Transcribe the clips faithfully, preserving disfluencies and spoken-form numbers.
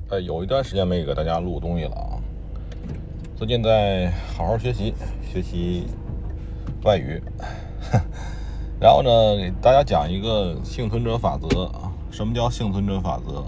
呃，有一段时间没给大家录东西了啊。最近在好好学习学习外语，然后呢，给大家讲一个幸存者法则啊。什么叫幸存者法则？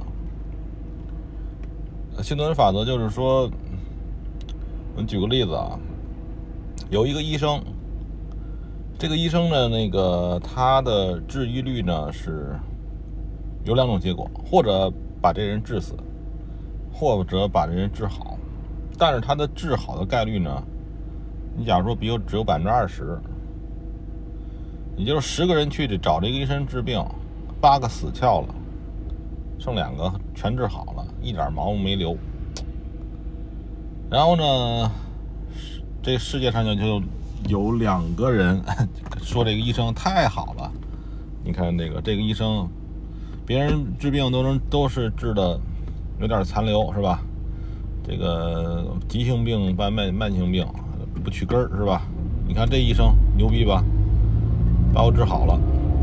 幸存者法则就是说，我们举个例子啊，有一个医生，这个医生呢，那个他的治愈率呢是有两种结果，或者把这人治死，或者把这人治好。但是他的治好的概率呢，你假如说比如只有百分之二十，也就是十个人去找这个医生治病，八个死翘了，剩两个全治好了，一点毛没留。然后呢，这世界上就有两个人说这个医生太好了。你看这个这个医生，别人治病都能都是治的有点残留，是吧？这个急性病伴慢慢性病不去根儿，是吧？你看这医生牛逼吧，把我治好了。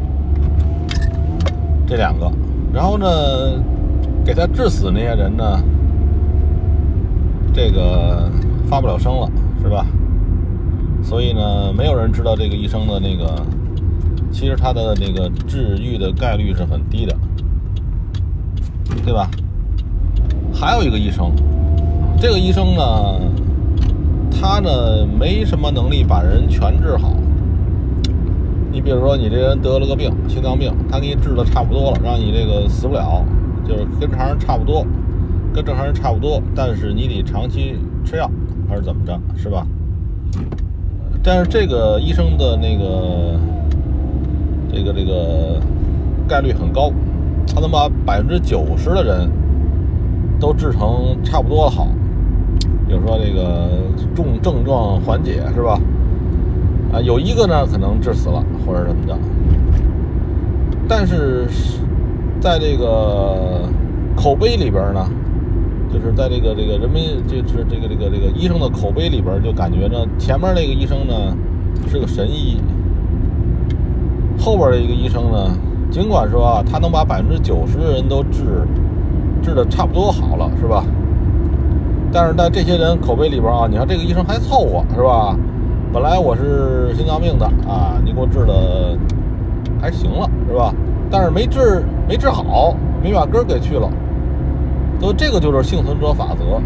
这两个，然后呢，给他治死那些人呢，这个发不了声了，是吧？所以呢，没有人知道这个医生的那个，其实他的那个治愈的概率是很低的，对吧？还有一个医生，这个医生呢，他呢没什么能力把人全治好。你比如说，你这人得了个病，心脏病，他给你治的差不多了，让你这个死不了，就是跟正常人差不多，跟正常人差不多，但是你得长期吃药，还是怎么着，是吧？但是这个医生的那个这个这个概率很高，他能把百分之九十的人都治成差不多好。比如说这个重症状缓解，是吧？啊，有一个呢可能治死了，或者怎么着。但是在这个口碑里边呢，就是在这个这个人们就是这个这个这个医生的口碑里边，就感觉呢前面那个医生呢是个神医，后边的一个医生呢，尽管说啊他能把百分之九十的人都治治的差不多好了，是吧？但是在这些人口碑里边啊，你看这个医生还凑合，是吧？本来我是心脏病的啊，你给我治的还行了，是吧？但是没治没治好，没把根儿给去了。所以这个就是幸存者法则。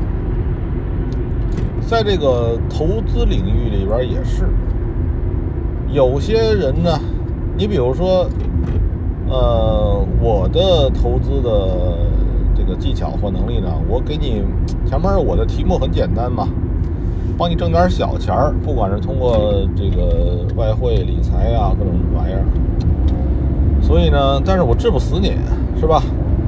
在这个投资领域里边也是，有些人呢，你比如说，呃，我的投资的这个技巧或能力呢，我给你前面我的题目很简单嘛，帮你挣点小钱儿，不管是通过这个外汇理财啊各种玩意儿。所以呢，但是我治不死你，是吧？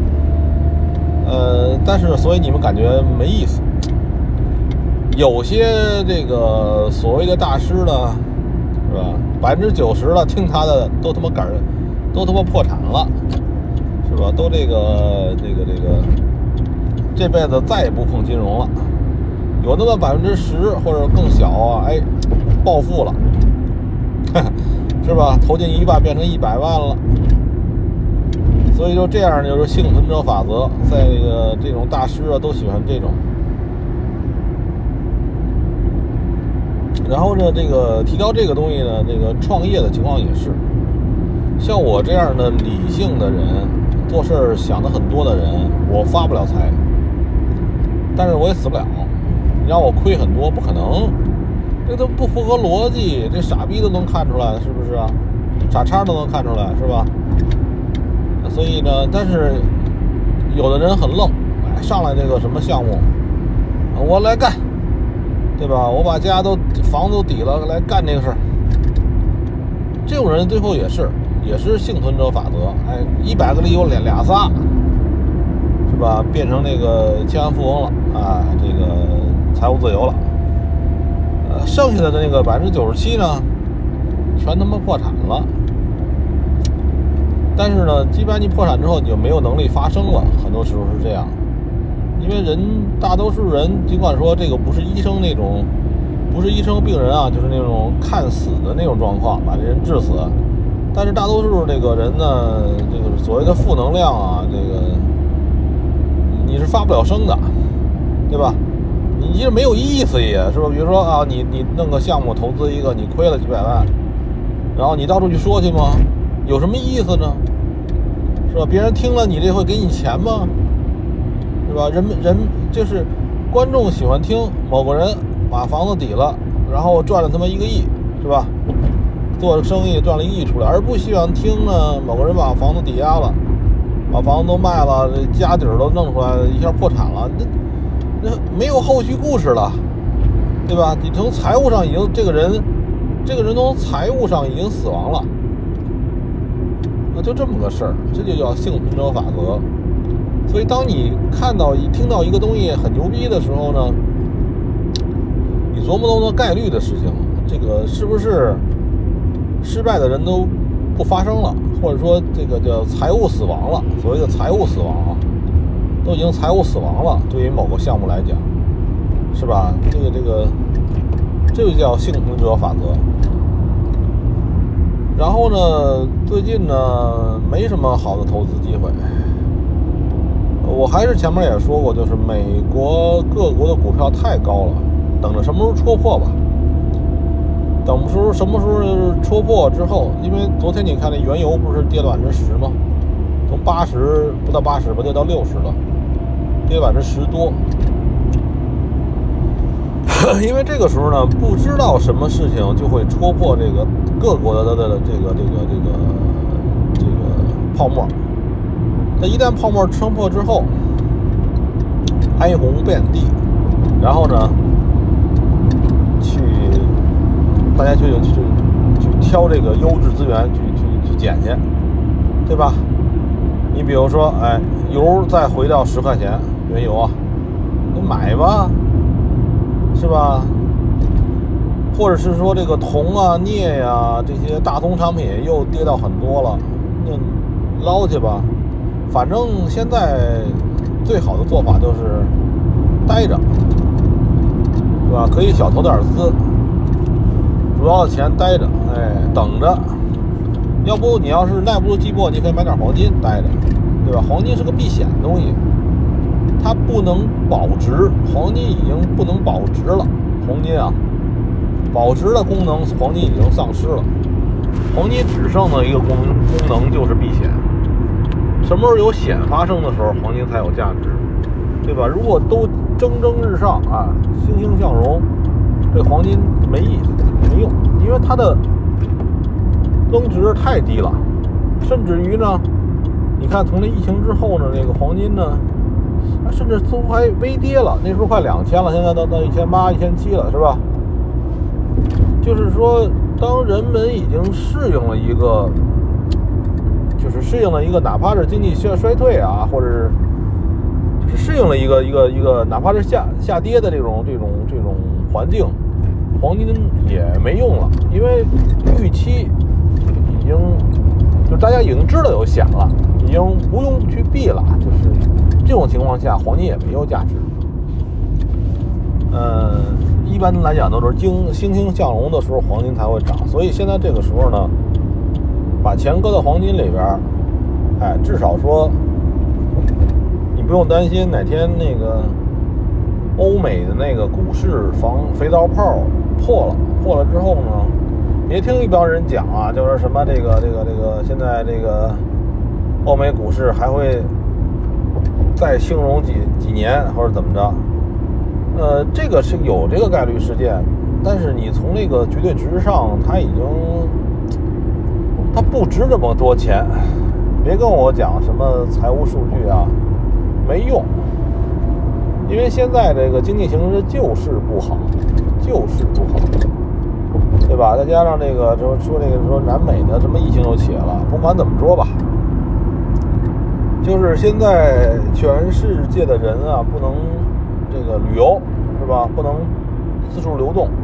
呃，但是所以你们感觉没意思。有些这个所谓的大师呢，是吧？百分之九十的听他的都他妈赶，都他妈破产了，是吧？都这个这个这个这辈子再也不碰金融了。有那么百分之十或者更小啊，哎，暴富了，是吧？投进一万变成一百万了。所以就这样，就是幸存者法则，在这个这种大师啊都喜欢这种。然后呢，这个提到这个东西呢，这个创业的情况也是，像我这样的理性的人，做事想的很多的人，我发不了财，但是我也死不了。你让我亏很多，不可能，这都不符合逻辑，这傻逼都能看出来，是不是啊？傻叉都能看出来，是吧？所以呢，但是有的人很愣，上来这个什么项目，我来干，对吧？我把家都房子都抵了，来干这个事儿。这种人最后也是也是幸存者法则，哎，一百个里有俩俩仨，是吧？变成那个千万富翁了啊，这个财务自由了。呃，剩下的那个百分之九十七呢，全他妈破产了。但是呢，基本上你破产之后，你就没有能力发声了，很多时候是这样。因为人大多数人，尽管说这个不是医生那种，不是医生病人啊，就是那种看死的那种状况，把这人治死。但是大多数这个人呢，这个所谓的负能量啊，这个你是发不了声的，对吧？你这没有意思也是吧？比如说啊，你你弄个项目投资一个，你亏了几百万，然后你到处去说去吗？有什么意思呢？是吧？别人听了你这会给你钱吗？是吧？人们人就是观众喜欢听某个人把房子抵了，然后赚了他妈一个亿，是吧？做生意赚了一亿出来，而不希望听呢某个人把房子抵押了，把房子都卖了，家底儿都弄出来，一下破产了，那那没有后续故事了，对吧？你从财务上已经这个人，这个人从财务上已经死亡了，那就这么个事儿，这就叫幸存者法则。所以当你看到一听到一个东西很牛逼的时候呢，你琢磨琢磨概率的事情，这个是不是失败的人都不发生了，或者说这个叫财务死亡了，所谓的财务死亡啊，都已经财务死亡了，对于某个项目来讲，是吧？这个这个这就叫幸存者法则。然后呢，最近呢没什么好的投资机会。我还是前面也说过，就是美国各国的股票太高了，等着什么时候戳破吧。等时候什么时候戳破之后，因为昨天你看那原油不是跌了百分之十吗？从八十不到八十吧，跌到六十了，跌百分之十多。因为这个时候呢，不知道什么事情就会戳破这个各国的的这个这个这个这个泡沫。那一旦泡沫撑破之后，哀鸿遍地，然后呢，去大家去去去挑这个优质资源去去去捡去，对吧？你比如说，哎，油再回到十块钱，原油啊，你买吧，是吧？或者是说这个铜啊、镍呀、这些大宗产品又跌到很多了，那捞去吧。反正现在最好的做法就是待着，是吧？可以小投点资，主要的钱待着，哎，等着。要不你要是耐不住寂寞，你可以买点黄金待着，对吧？黄金是个避险东西，它不能保值，黄金已经不能保值了。黄金啊，保值的功能，黄金已经丧失了。黄金只剩的一个功功能就是避险。什么时候有险发生的时候，黄金才有价值，对吧？如果都蒸蒸日上啊，欣欣向荣，这黄金没意思，没用，因为它的增值太低了，甚至于呢，你看从那疫情之后呢，这个黄金呢，甚至都还微跌了，那时候快两千了，现在到到一千八、一千七了，是吧？就是说，当人们已经适应了一个。就是适应了一个，哪怕是经济衰衰退啊，或者是就是适应了一个一个一个，哪怕是下下跌的这种这种这种环境，黄金也没用了，因为预期已经就大家已经知道有险了，已经不用去避了，就是这种情况下，黄金也没有价值。嗯，一般来讲都是经欣欣向荣的时候，黄金才会涨，所以现在这个时候呢。把钱搁到黄金里边，哎，至少说你不用担心哪天那个欧美的那个股市防肥皂泡破了，破了之后呢，别听一帮人讲啊，就是什么这个这个这个现在这个欧美股市还会再兴荣几几年或者怎么着，呃，这个是有这个概率事件，但是你从那个绝对值上，它已经。它不值这么多钱，别跟我讲什么财务数据啊，没用。因为现在这个经济形势就是不好，就是不好，对吧？再加上这个说说这个说南美的什么疫情又起来了，不管怎么说吧，就是现在全世界的人啊，不能这个旅游，是吧？不能四处流动，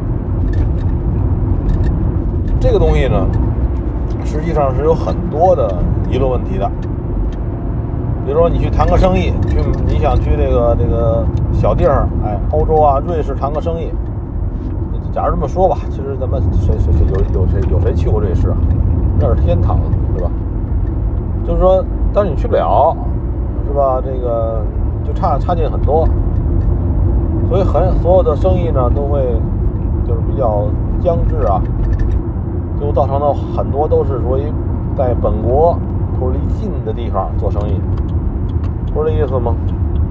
这个东西呢。实际上是有很多的议论问题的，比如说你去谈个生意，去你想去这个这个小地儿，哎，欧洲啊、瑞士谈个生意，假如这么说吧，其实咱们谁谁谁有有谁有谁去过瑞士啊？那是天堂，对吧？就是说，但是你去不了，是吧？这个就差差劲很多。所以很所有的生意呢都会就是比较僵滞啊，就造成了很多都是属于在本国或离近的地方做生意，不是这意思吗？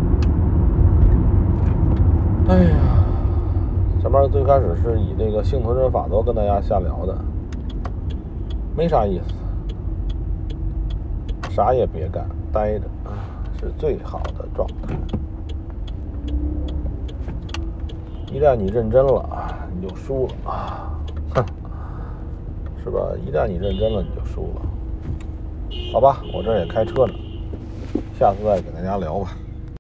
哎呀，前面最开始是以这个幸存者法则跟大家瞎聊的，没啥意思，啥也别干，待着是最好的状态。一旦你认真了，你就输了啊，哼，是吧？一旦你认真了，你就输了。好吧，我这也开车呢，下次再给大家聊吧。